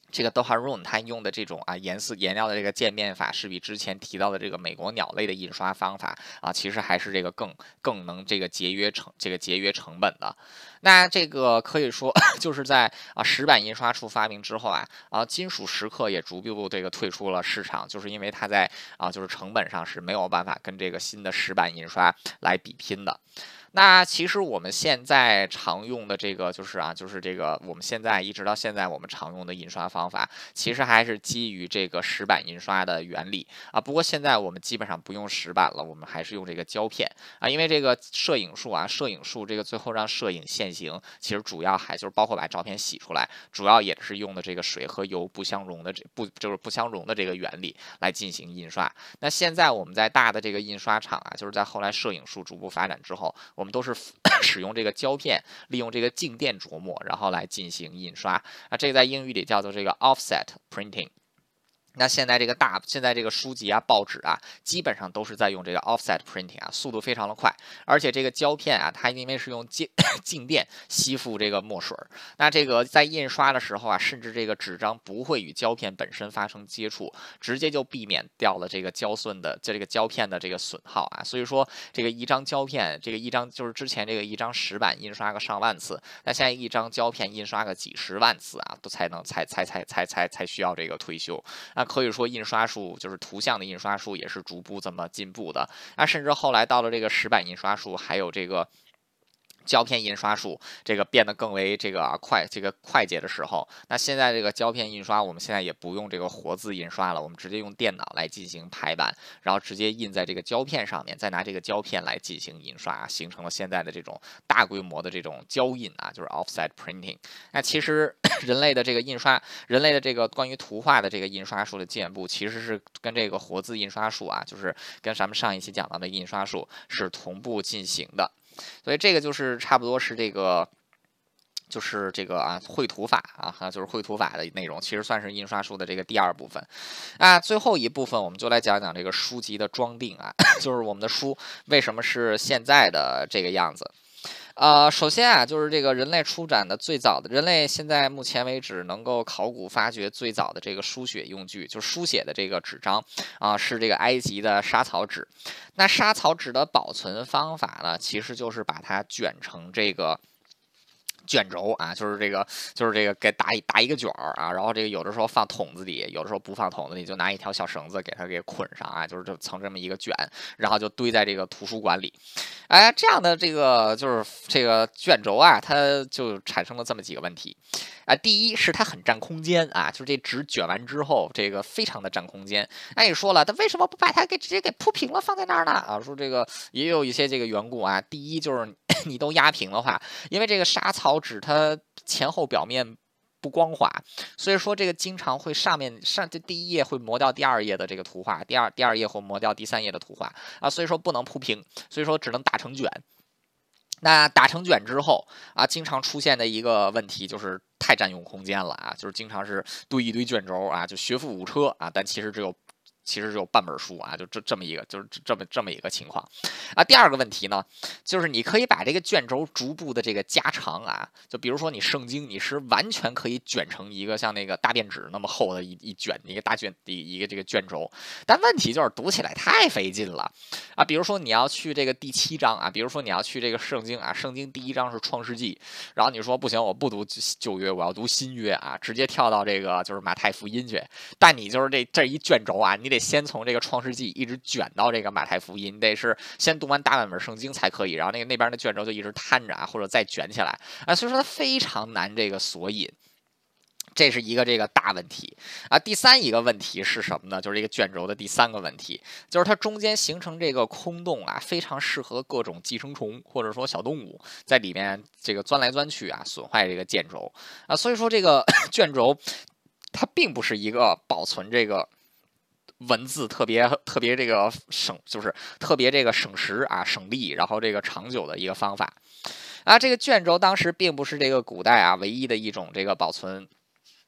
这个 Doha Room 它用的这种啊颜色颜料的这个渐变法，是比之前提到的这个美国鸟类的印刷方法啊，其实还是这个更更能这个节约成这个节约成本的。那这个可以说就是在啊石版印刷术发明之后啊啊金属蚀刻也逐步这个退出了市场，就是因为它在啊就是成本上是没有办法跟这个新的石版印刷来比拼的。那其实我们现在常用的这个就是啊，就是这个我们现在一直到现在我们常用的印刷方法，其实还是基于这个石版印刷的原理啊。不过现在我们基本上不用石版了，我们还是用这个胶片啊，因为这个摄影术啊，摄影术这个最后让摄影现形，其实主要还就是包括把照片洗出来，主要也是用的这个水和油不相容的这不就是不相容的这个原理来进行印刷。那现在我们在大的这个印刷厂啊，就是在后来摄影术逐步发展之后，我们都是使用这个胶片，利用这个静电琢磨，然后来进行印刷。啊，这个在英语里叫做这个 offset printing。那现在这个大，现在这个书籍啊、报纸啊，基本上都是在用这个 offset printing 啊，速度非常的快，而且这个胶片啊，它因为是用静静电吸附这个墨水，那这个在印刷的时候啊，甚至这个纸张不会与胶片本身发生接触，直接就避免掉了这个胶损的这个胶片的这个损耗啊。所以说，这个一张胶片，这个一张就是之前这个一张石版印刷个上万次，那现在一张胶片印刷个几十万次啊，都才能才才才才才才需要这个退休。那可以说印刷术就是图像的印刷术也是逐步这么进步的。那甚至后来到了这个石版印刷术，还有这个胶片印刷术这个变得更为这个、啊、快这个快捷的时候，那现在这个胶片印刷，我们现在也不用这个活字印刷了，我们直接用电脑来进行排版，然后直接印在这个胶片上面，再拿这个胶片来进行印刷，形成了现在的这种大规模的这种胶印啊，就是 offset printing。那其实人类的这个印刷，人类的这个关于图画的这个印刷术的进步，其实是跟这个活字印刷术啊，就是跟咱们上一期讲到的印刷术是同步进行的。所以这个就是差不多是这个，就是这个啊绘图法啊，就是绘图法的内容，其实算是印刷术的这个第二部分。啊，最后一部分我们就来讲讲这个书籍的装订啊，就是我们的书为什么是现在的这个样子。呃，首先啊，就是这个人类出展的最早的，人类现在目前为止能够考古发掘最早的这个书写用具，就是书写的这个纸张啊，是这个埃及的沙草纸。那沙草纸的保存方法呢，其实就是把它卷成这个卷轴啊，就是这个，就是这个给打一打一个卷儿啊，然后这个有的时候放桶子里，有的时候不放桶子里，就拿一条小绳子给它给捆上啊，就是这层这么一个卷，然后就堆在这个图书馆里。哎，这样的这个就是这个卷轴啊，它就产生了这么几个问题啊。第一是它很占空间啊，就是这纸卷完之后，这个非常的占空间。那你说了，它为什么不把它给直接给铺平了放在那儿呢？啊，说这个也有一些这个缘故啊。第一就是你都压平的话，因为这个沙草纸它前后表面不光滑，所以说这个经常会上面上这第一页会磨掉第二页的这个图画，第二第二页会磨掉第三页的图画啊，所以说不能铺平，所以说只能打成卷。那打成卷之后啊，经常出现的一个问题就是太占用空间了啊，就是经常是堆一堆卷轴啊，就学富五车啊，但其实只有。其实只有半本书啊，就这这么一个，就是这么这么一个情况啊。第二个问题呢，就是你可以把这个卷轴逐步的这个加长啊，就比如说你圣经，你是完全可以卷成一个像那个大便纸那么厚的一一卷一个大卷一一个这个卷轴，但问题就是读起来太费劲了啊。比如说你要去这个第七章啊，比如说你要去这个圣经啊，圣经第一章是创世纪，然后你说不行，我不读旧约，我要读新约啊，直接跳到这个就是马太福音去，但你就是这这一卷轴啊，你得先从这个创世纪一直卷到这个马太福音，你得是先读完大半本圣经才可以，然后那个那边的卷轴就一直摊着啊，或者再卷起来啊，所以说它非常难这个索引。这是一个这个大问题啊。第三一个问题是什么呢？就是这个卷轴的第三个问题，就是它中间形成这个空洞啊，非常适合各种寄生虫或者说小动物在里面这个钻来钻去啊，损坏这个卷轴啊。所以说这个卷轴它并不是一个保存这个。文字特别特别这个省，就是特别这个省时啊、省力，然后这个长久的一个方法啊。这个卷轴当时并不是这个古代啊唯一的一种这个保存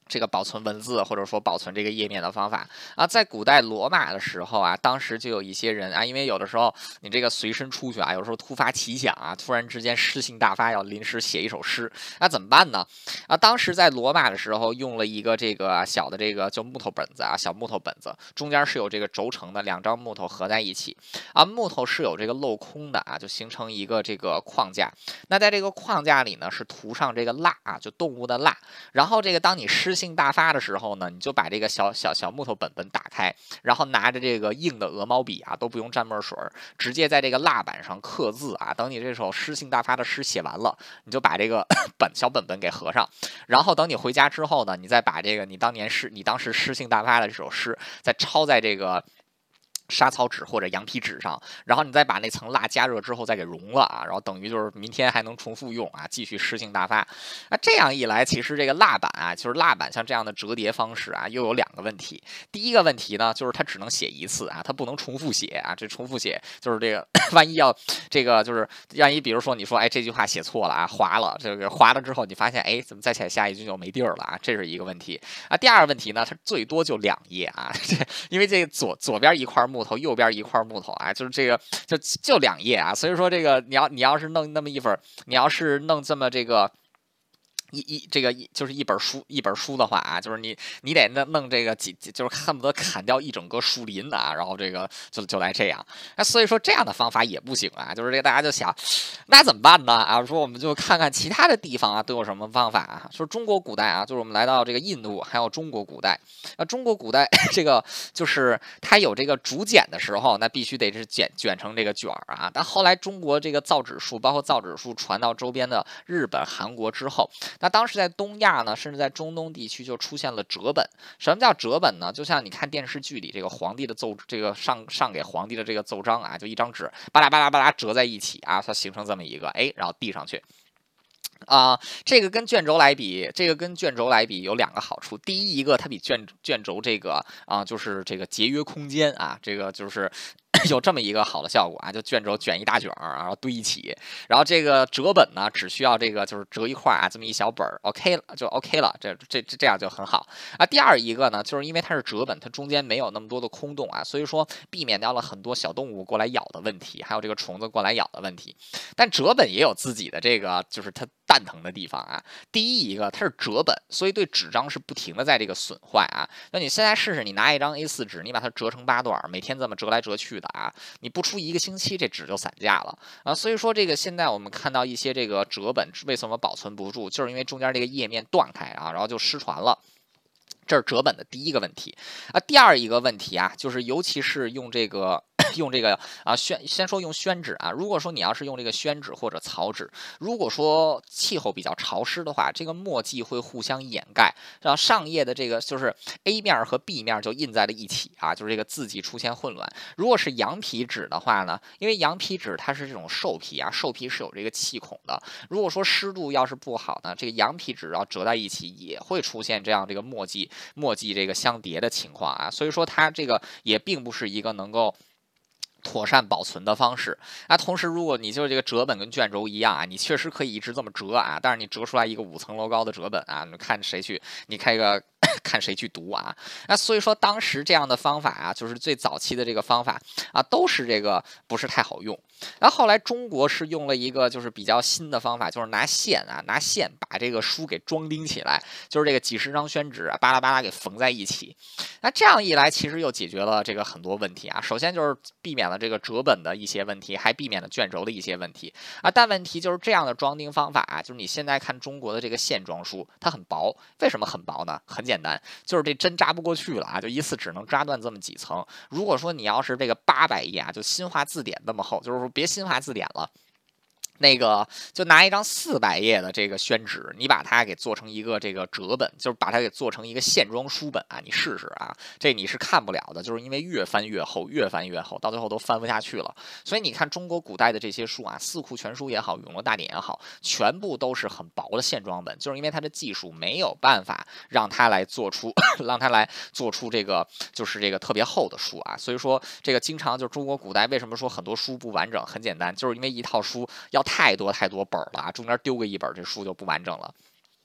这个保存文字或者说保存这个页面的方法啊，在古代罗马的时候啊，当时就有一些人啊，因为有的时候你这个随身出去啊，有时候突发奇想啊，突然之间诗兴大发，要临时写一首诗，那怎么办呢？啊，当时在罗马的时候用了一个这个小的这个叫木头本子啊，小木头本子，中间是有这个轴承的，两张木头合在一起啊，木头是有这个镂空的啊，就形成一个这个框架。那在这个框架里呢，是涂上这个蜡啊，就动物的蜡。然后这个当你诗兴大发的时候呢，你就把这个小小小木头本本打开，然后拿着这个硬的鹅毛笔啊，都不用蘸墨水，直接在这个蜡板上刻字啊。等你这首诗兴大发的诗写完了，你就把这个本小本本给合上，然后等你回家之后呢，你再把这个你当年诗你当时诗兴大发的这首诗再抄在这个沙草纸或者羊皮纸上，然后你再把那层蜡加热之后再给融了啊，然后等于就是明天还能重复用啊，继续诗兴大发。那这样一来，其实这个蜡板啊，就是蜡板像这样的折叠方式啊，又有两个问题。第一个问题呢，就是它只能写一次啊，它不能重复写啊。这重复写就是这个，万一要这个就是万一比如说你说哎这句话写错了啊，划了，这个划了之后你发现哎怎么再写下一句就没地儿了啊，这是一个问题啊。第二个问题呢，它最多就两页啊，这因为这个左左边一块木头，右边一块木头啊，就是这个就就两页啊，所以说这个你要你要是弄那么一本，你要是弄这么这个。一一这个一就是一本书一本书的话啊，就是你你得弄弄这个几就是恨不得砍掉一整个树林啊，然后这个就就来这样，那所以说这样的方法也不行啊，就是这个大家就想，那怎么办呢？啊，说我们就看看其他的地方啊都有什么方法啊，说中国古代啊，就是我们来到这个印度，还有中国古代，那中国古代这个就是它有这个竹简的时候，那必须得是卷卷成这个卷儿啊，但后来中国这个造纸术，包括造纸术传到周边的日本、韩国之后。那当时在东亚呢，甚至在中东地区就出现了折本。什么叫折本呢？就像你看电视剧里这个皇帝的奏，这个上上给皇帝的这个奏章啊，就一张纸巴拉巴拉巴拉折在一起啊，它形成这么一个哎，然后递上去。啊、呃，这个跟卷轴来比，这个跟卷轴来比有两个好处。第一，一个它比卷卷轴这个啊、呃，就是这个节约空间啊，这个就是有这么一个好的效果啊，就卷轴卷一大卷儿，然后堆一起，然后这个折本呢，只需要这个就是折一块啊，这么一小本儿 ，OK 了就 OK 了，这这这这样就很好啊。第二一个呢，就是因为它是折本，它中间没有那么多的空洞啊，所以说避免掉了很多小动物过来咬的问题，还有这个虫子过来咬的问题。但折本也有自己的这个，就是它蛋疼的地方啊。第一一个，它是折本，所以对纸张是不停的在这个损坏啊。那你现在试试，你拿一张 A 四 纸，你把它折成八段，每天这么折来折去的啊，你不出一个星期，这纸就散架了啊。所以说，这个现在我们看到一些这个折本为什么保存不住，就是因为中间这个页面断开啊，然后就失传了。这是折本的第一个问题啊，第二一个问题啊，就是尤其是用这个用这个啊宣，先说用宣纸啊，如果说你要是用这个宣纸或者草纸，如果说气候比较潮湿的话，这个墨迹会互相掩盖，让上页的这个就是 A 面和 B 面就印在了一起啊，就是这个字迹出现混乱。如果是羊皮纸的话呢，因为羊皮纸它是这种兽皮啊，兽皮是有这个气孔的，如果说湿度要是不好呢，这个羊皮纸要折在一起也会出现这样这个墨迹。墨迹这个相叠的情况啊，所以说它这个也并不是一个能够妥善保存的方式。那同时，如果你就这个折本跟卷轴一样啊，你确实可以一直这么折啊，但是你折出来一个五层楼高的折本啊，你看谁去，你看一个看谁去读啊。那所以说，当时这样的方法啊，就是最早期的这个方法啊，都是这个不是太好用。然后后来中国是用了一个就是比较新的方法，就是拿线啊，拿线把这个书给装订起来，就是这个几十张宣纸啊，巴拉巴拉给缝在一起。那这样一来，其实又解决了这个很多问题啊。首先就是避免了这个折本的一些问题，还避免了卷轴的一些问题啊。但问题就是这样的装订方法啊，就是你现在看中国的这个线装书，它很薄，为什么很薄呢？很简单，就是这针扎不过去了啊，就一次只能扎断这么几层。如果说你要是这个八百页啊，就新华字典那么厚，就是说别新华字典了。那个就拿一张四百页的这个宣纸，你把它给做成一个这个折本，就是把它给做成一个线装书本啊，你试试啊，这你是看不了的，就是因为越翻越厚，越翻越厚，到最后都翻不下去了。所以你看中国古代的这些书啊，《四库全书》也好，《永乐大典》也好，全部都是很薄的线装本，就是因为它的技术没有办法让它来做出，让它来做出这个就是这个特别厚的书啊。所以说这个经常就是中国古代为什么说很多书不完整，很简单，就是因为一套书要太多太多本了啊，中间丢个一本，这书就不完整了。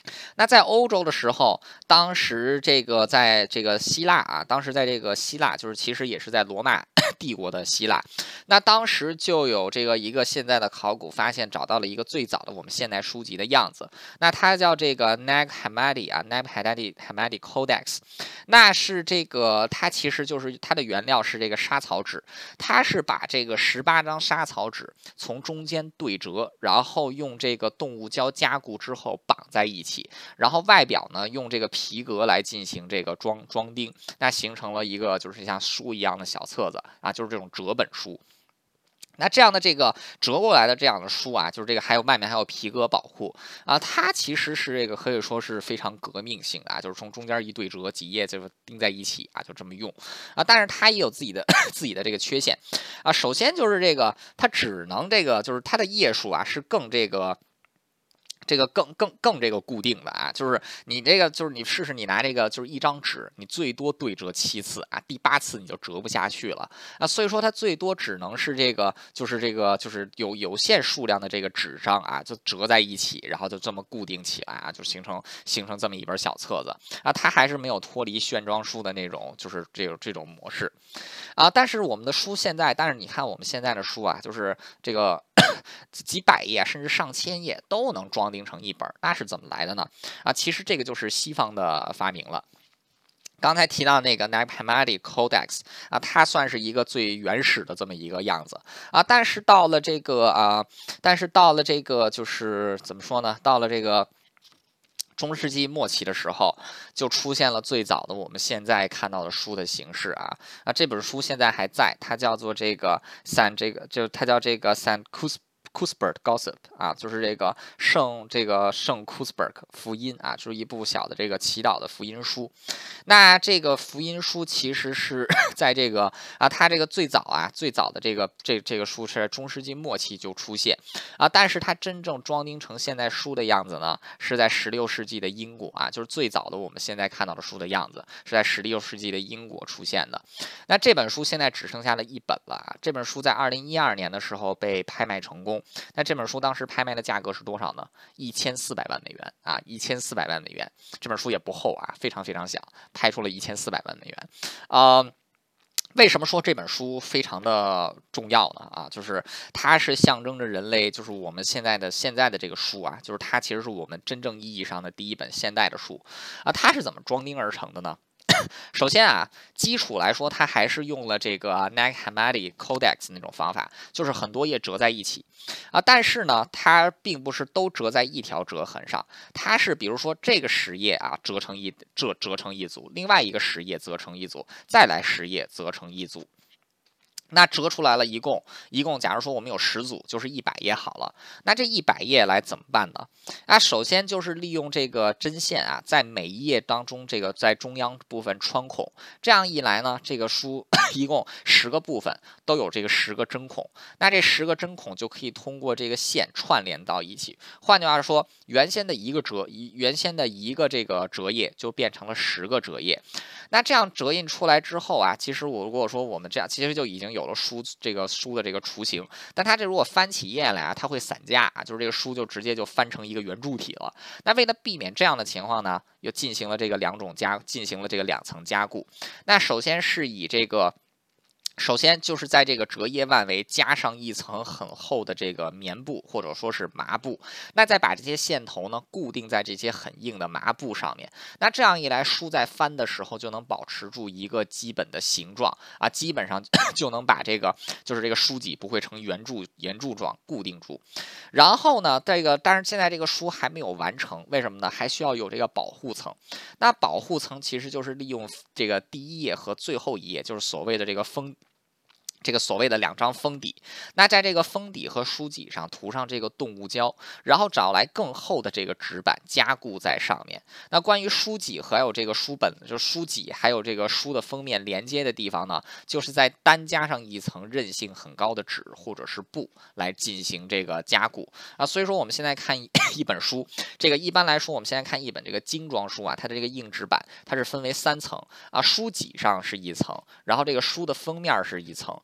那在欧洲的时候，当时这个在这个希腊啊，当时在这个希腊，就是其实也是在罗马帝国的希腊，那当时就有这个一个现在的考古发现，找到了一个最早的我们现代书籍的样子，那它叫这个 Nag Hammadi 啊 ，Nag Hammadi Hammadi Codex，那是这个它其实就是它的原料是这个沙草纸，它是把这个十八张沙草纸从中间对折，然后用这个动物胶加固之后绑在一起。然后外表呢用这个皮革来进行这个装装订，那形成了一个就是像书一样的小册子啊，就是这种折本书。那这样的这个折过来的这样的书啊，就是这个还有外面还有皮革保护啊，它其实是这个可以说是非常革命性的啊，就是从中间一对折，几页就钉在一起啊，就这么用啊。但是它也有自己的自己的这个缺陷啊，首先就是这个它只能这个就是它的页数啊是更这个。这个更更更这个固定的啊，就是你这个就是你试试你拿这个就是一张纸，你最多对折七次啊，第八次你就折不下去了啊，所以说它最多只能是这个就是这个就是有有限数量的这个纸张啊，就折在一起，然后就这么固定起来啊，就形成形成这么一本小册子啊，它还是没有脱离线装书的那种就是这种这种模式啊，但是我们的书现在，但是你看我们现在的书啊，就是这个。几百页甚至上千页都能装订成一本，那是怎么来的呢？啊，其实这个就是西方的发明了。刚才提到那个 Nag Hammadi Codex 啊，它算是一个最原始的这么一个样子啊，但是到了这个啊，但是到了这个就是怎么说呢？到了这个。中世纪末期的时候，就出现了最早的我们现在看到的书的形式啊啊，这本书现在还在，它叫做这个 San 这个就它叫这个 San Cus。Cuthbert Gossip 啊，就是这个圣这个圣 Cuthbert 福音啊，就是一部小的这个祈祷的福音书。那这个福音书其实是在这个啊，它这个最早啊，最早的这个这这个书是在中世纪末期就出现啊，但是它真正装订成现在书的样子呢，是在十六世纪的英国啊，就是最早的我们现在看到的书的样子是在十六世纪的英国出现的。那这本书现在只剩下了一本了啊，这本书在二零一二年的时候被拍卖成功。那这本书当时拍卖的价格是多少呢？一千四百万美元啊，一千四百万美元。这本书也不厚啊，非常非常小，拍出了一千四百万美元。啊、呃，为什么说这本书非常的重要呢？啊，就是它是象征着人类，就是我们现在的现在的这个书啊，就是它其实是我们真正意义上的第一本现代的书啊。它是怎么装订而成的呢？首先啊，基础来说，它还是用了这个 Nag Hammadi Codex 那种方法，就是很多页折在一起啊。但是呢，它并不是都折在一条折痕上，它是比如说这个十页啊折成一折折成一组，另外一个十页折成一组，再来十页折成一组。那折出来了，一共一共，假如说我们有十组，就是一百页好了。那这一百页来怎么办呢？啊，首先就是利用这个针线啊，在每一页当中，这个在中央部分穿孔。这样一来呢，这个书一共十个部分都有这个十个针孔。那这十个针孔就可以通过这个线串联到一起。换句话说，原先的一个折一原先的一个这个折页就变成了十个折页。那这样折印出来之后啊，其实我如果说我们这样，其实就已经有了书这个书的这个雏形。但它这如果翻起页来啊，它会散架啊，就是这个书就直接就翻成一个圆柱体了。那为了避免这样的情况呢，又进行了这个两种加，进行了这个两层加固。那首先是以这个。首先就是在这个折页外围加上一层很厚的这个棉布或者说是麻布，那再把这些线头呢固定在这些很硬的麻布上面。那这样一来，书在翻的时候就能保持住一个基本的形状啊，基本上就能把这个就是这个书脊不会成圆柱圆柱状固定住。然后呢，这个但是现在这个书还没有完成，为什么呢？还需要有这个保护层。那保护层其实就是利用这个第一页和最后一页，就是所谓的这个封。这个所谓的两张封底，那在这个封底和书脊上涂上这个动物胶，然后找来更厚的这个纸板加固在上面。那关于书脊还有这个书本，就书脊还有这个书的封面连接的地方呢，就是在单加上一层韧性很高的纸或者是布来进行这个加固啊。所以说我们现在看一一本书，这个一般来说我们现在看一本这个精装书啊，它的这个硬纸板它是分为三层啊，书脊上是一层，然后这个书的封面是一层。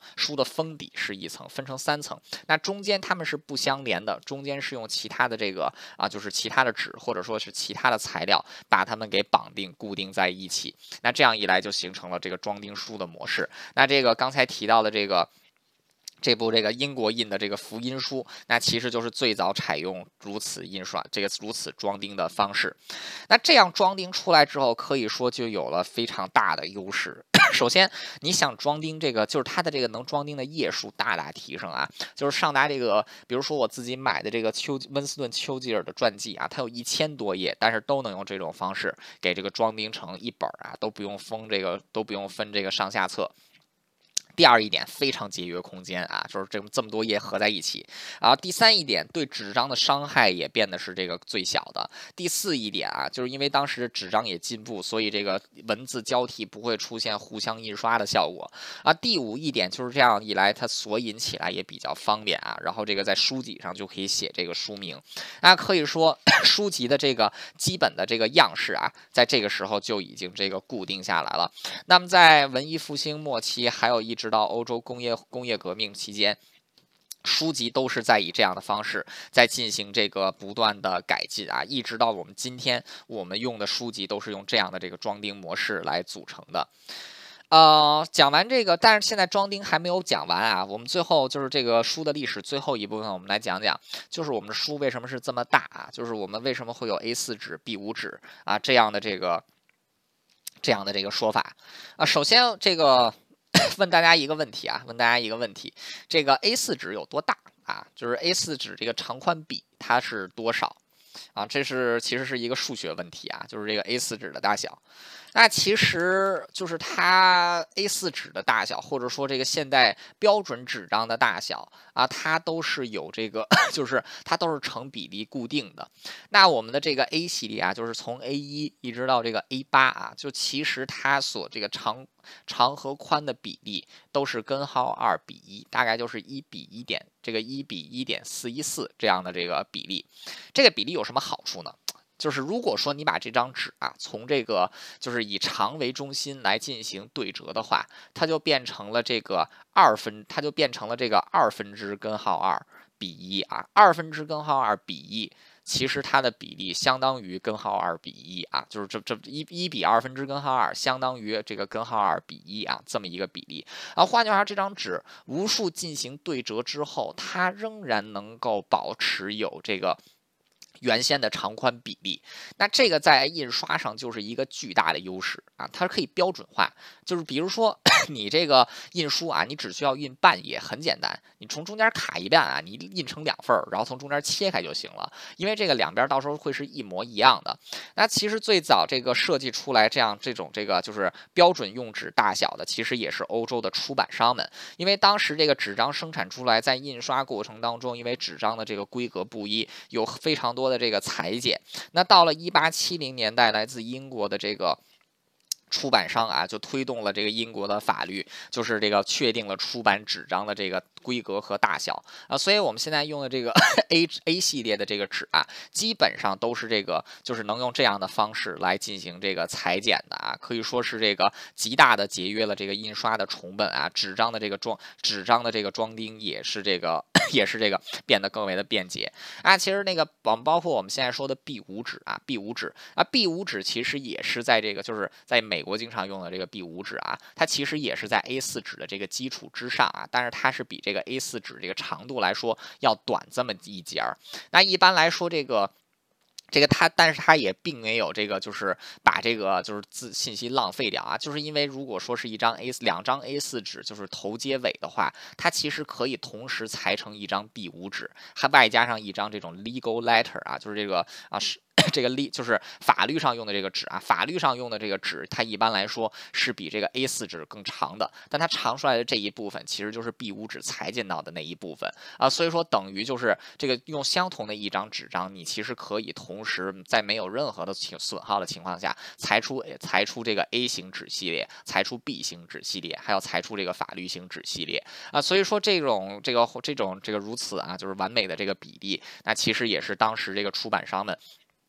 书的封底是一层，分成三层。那中间它们是不相连的，中间是用其他的这个啊，就是其他的纸或者说是其他的材料把它们给绑定固定在一起。那这样一来就形成了这个装订书的模式。那这个刚才提到的这个。这部这个英国印的这个福音书，那其实就是最早采用如此印刷、这个如此装订的方式。那这样装订出来之后，可以说就有了非常大的优势。首先，你想装订这个，就是它的这个能装订的页数大大提升啊，就是上达这个，比如说我自己买的这个丘温斯顿·丘吉尔的传记啊，它有一千多页，但是都能用这种方式给这个装订成一本啊，都不用封这个，都不用分这个上下册。第二一点，非常节约空间啊，就是这么这么多页合在一起。然后第三一点，对纸张的伤害也变得是这个最小的。第四一点啊，就是因为当时纸张也进步，所以这个文字交替不会出现互相印刷的效果啊。第五一点就是这样一来，它索引起来也比较方便啊。然后这个在书籍上就可以写这个书名，那可以说书籍的这个基本的这个样式啊，在这个时候就已经这个固定下来了。那么在文艺复兴末期，还有一直到欧洲工业工业革命期间，书籍都是在以这样的方式在进行这个不断的改进啊，一直到我们今天，我们用的书籍都是用这样的这个装订模式来组成的。呃，讲完这个，但是现在装订还没有讲完啊。我们最后就是这个书的历史最后一部分，我们来讲讲，就是我们的书为什么是这么大啊？就是我们为什么会有 A 四 纸、B 五 纸啊这样的这个这样的这个说法啊？首先这个。问大家一个问题啊，问大家一个问题，这个 A 四 纸有多大啊？就是 A 四 纸这个长宽比它是多少啊？这是其实是一个数学问题啊，就是这个 A 四 纸的大小。那其实就是它 A 四 纸的大小，或者说这个现代标准纸张的大小啊，它都是有这个，就是它都是成比例固定的。那我们的这个 A 系列啊，就是从 A 一一直到这个 A 八啊，就其实它所这个长长和宽的比例都是根号二比一，大概就是一比一点这个一比一点四一四这样的这个比例。这个比例有什么好处呢？就是如果说你把这张纸啊，从这个就是以长为中心来进行对折的话，它就变成了这个二分，它就变成了这个二分之根号二比一啊，二分之根号二比一。其实它的比例相当于根号二比一啊，就是这这一一比二分之根号二，相当于这个根号二比一啊，这么一个比例啊。换句话说，这张纸无数进行对折之后，它仍然能够保持有这个原先的长宽比例。那这个在印刷上就是一个巨大的优势啊，它可以标准化。就是比如说你这个印书啊，你只需要印半页，很简单，你从中间卡一半啊，你印成两份儿，然后从中间切开就行了，因为这个两边到时候会是一模一样的。那其实最早这个设计出来这样这种这个就是标准用纸大小的，其实也是欧洲的出版商们，因为当时这个纸张生产出来，在印刷过程当中，因为纸张的这个规格不一，有非常多的这个裁剪。那到了一八七零年代，来自英国的这个出版商啊，就推动了这个英国的法律，就是这个确定了出版纸张的这个规格和大小啊，所以我们现在用的这个 A A 系列的这个纸啊，基本上都是这个，就是能用这样的方式来进行这个裁剪的啊，可以说是这个极大的节约了这个印刷的成本啊，纸张的这个装纸张的这个装订也是这个也是这个变得更为的便捷啊。其实那个包包括我们现在说的 B 五 纸啊 ，B 五 纸啊 ，B 五 纸其实也是在这个就是在美国经常用的这个 B 五 纸啊，它其实也是在 A 四 纸的这个基础之上啊，但是它是比这个 A 四 纸这个长度来说要短这么一截儿。那一般来说，这个。这个它，但是它也并没有这个，就是把这个就是字信息浪费掉啊，就是因为如果说是一张 A 两张 A 四 纸，就是头接尾的话，它其实可以同时裁成一张 B 五 纸，还外加上一张这种 legal letter 啊，就是这个啊是。这个例就是法律上用的这个纸啊，法律上用的这个纸，它一般来说是比这个 A 四 纸更长的，但它长出来的这一部分其实就是 B 五 纸裁剪到的那一部分啊，所以说等于就是这个用相同的一张纸张，你其实可以同时在没有任何的损耗的情况下，裁出裁出这个 A 型纸系列，裁出 B 型纸系列，还要裁出这个法律型纸系列啊，所以说这种这个这种这个如此啊，就是完美的这个比例，那其实也是当时这个出版商们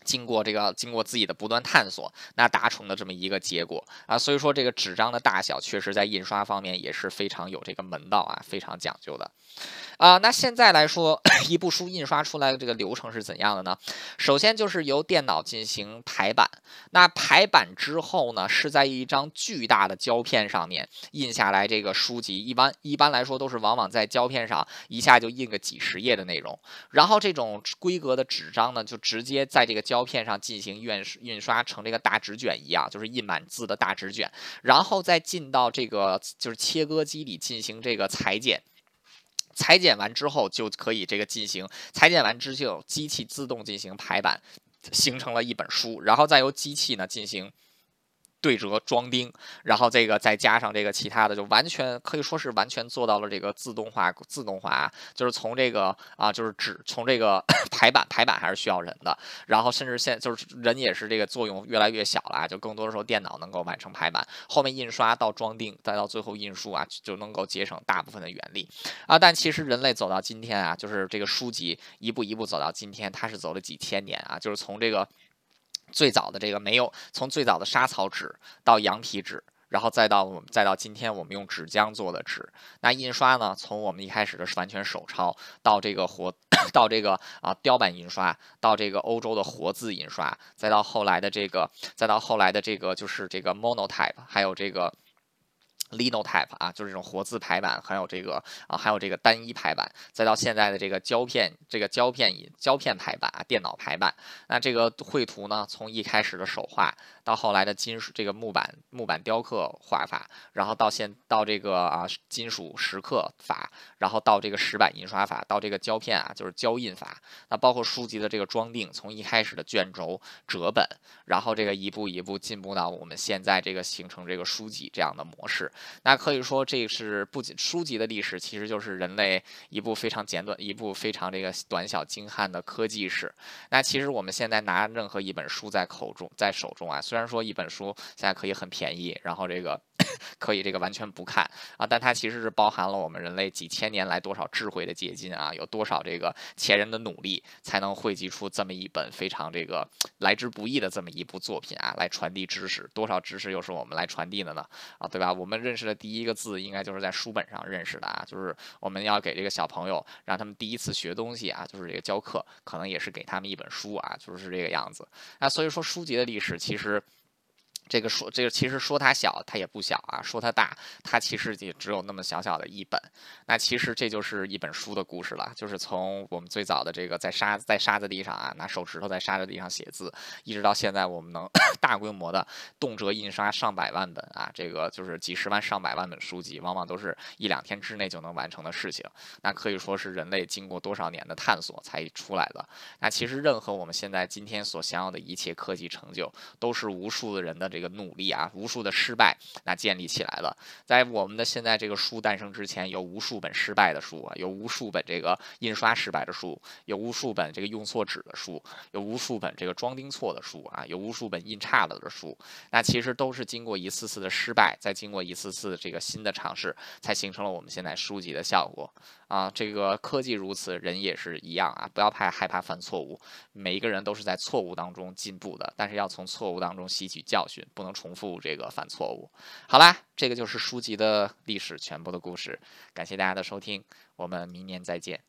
经过这个经过自己的不断探索，那达成的这么一个结果啊，所以说这个纸张的大小确实在印刷方面也是非常有这个门道啊，非常讲究的。啊、那现在来说，一部书印刷出来的这个流程是怎样的呢？首先就是由电脑进行排版，那排版之后呢，是在一张巨大的胶片上面印下来这个书籍，一般一般来说都是往往在胶片上一下就印个几十页的内容，然后这种规格的纸张呢，就直接在这个胶片上进行印印刷成这个大纸卷一样，就是印满字的大纸卷，然后再进到这个就是切割机里进行这个裁剪。裁剪完之后就可以这个进行裁剪完之后，机器自动进行排版，形成了一本书，然后再由机器呢进行对折装订，然后这个再加上这个其他的，就完全可以说是完全做到了这个自动化。自动化啊就是从这个啊，就是纸从这个排版排版还是需要人的，然后甚至现就是人也是这个作用越来越小了啊，就更多的时候电脑能够完成排版，后面印刷到装订，再到最后印书啊，就能够节省大部分的原力啊。但其实人类走到今天啊，就是这个书籍一步一步走到今天，它是走了几千年啊，就是从这个。最早的这个没有，从最早的沙草纸到羊皮纸，然后再到我们再到今天我们用纸浆做的纸。那印刷呢，从我们一开始的完全手抄到这个活，到这个啊雕版印刷，到这个欧洲的活字印刷，再到后来的这个，再到后来的这个就是这个 monotype，还有这个。Linotype 啊，就是这种活字排版，还有这个啊，还有这个单一排版，再到现在的这个胶片，这个胶片胶片排版啊，电脑排版。那这个绘图呢，从一开始的手画，到后来的金属这个木板木板雕刻画法，然后到现到这个啊金属蚀刻法，然后到这个石版印刷法，到这个胶片啊，就是胶印法。那包括书籍的这个装订，从一开始的卷轴、折本，然后这个一步一步进步到我们现在这个形成这个书籍这样的模式。那可以说，这是不仅书籍的历史，其实就是人类一部非常简短、一部非常这个短小精悍的科技史。那其实我们现在拿任何一本书在口中、在手中啊，虽然说一本书现在可以很便宜，然后这个可以这个完全不看啊，但它其实是包含了我们人类几千年来多少智慧的结晶啊，有多少这个前人的努力，才能汇集出这么一本非常这个来之不易的这么一部作品啊，来传递知识。多少知识又是我们来传递的呢？啊，对吧？我们认识的第一个字，应该就是在书本上认识的啊，就是我们要给这个小朋友，让他们第一次学东西啊，就是这个教课，可能也是给他们一本书啊，就是这个样子。那所以说，书籍的历史其实。这个说这个其实说它小，它也不小啊；说它大，它其实也只有那么小小的一本。那其实这就是一本书的故事了，就是从我们最早的这个在沙在沙子地上啊，拿手指头在沙子地上写字，一直到现在我们能大规模的动辄印刷上百万本啊，这个就是几十万上百万本书籍，往往都是一两天之内就能完成的事情。那可以说是人类经过多少年的探索才出来的。那其实任何我们现在今天所享有的一切科技成就，都是无数的人的这个努力啊，无数的失败那建立起来的。在我们的现在这个书诞生之前，有无数本失败的书啊，有无数本这个印刷失败的书，有无数本这个用错纸的书，有无数本这个装订错的书啊，有无数本印差了的书。那其实都是经过一次次的失败，再经过一次次这个新的尝试，才形成了我们现在书籍的效果啊。这个科技如此，人也是一样啊，不要怕害怕犯错误，每一个人都是在错误当中进步的，但是要从错误当中吸取教训，不能重复这个犯错误。好啦，这个就是书籍的历史全部的故事，感谢大家的收听，我们明年再见。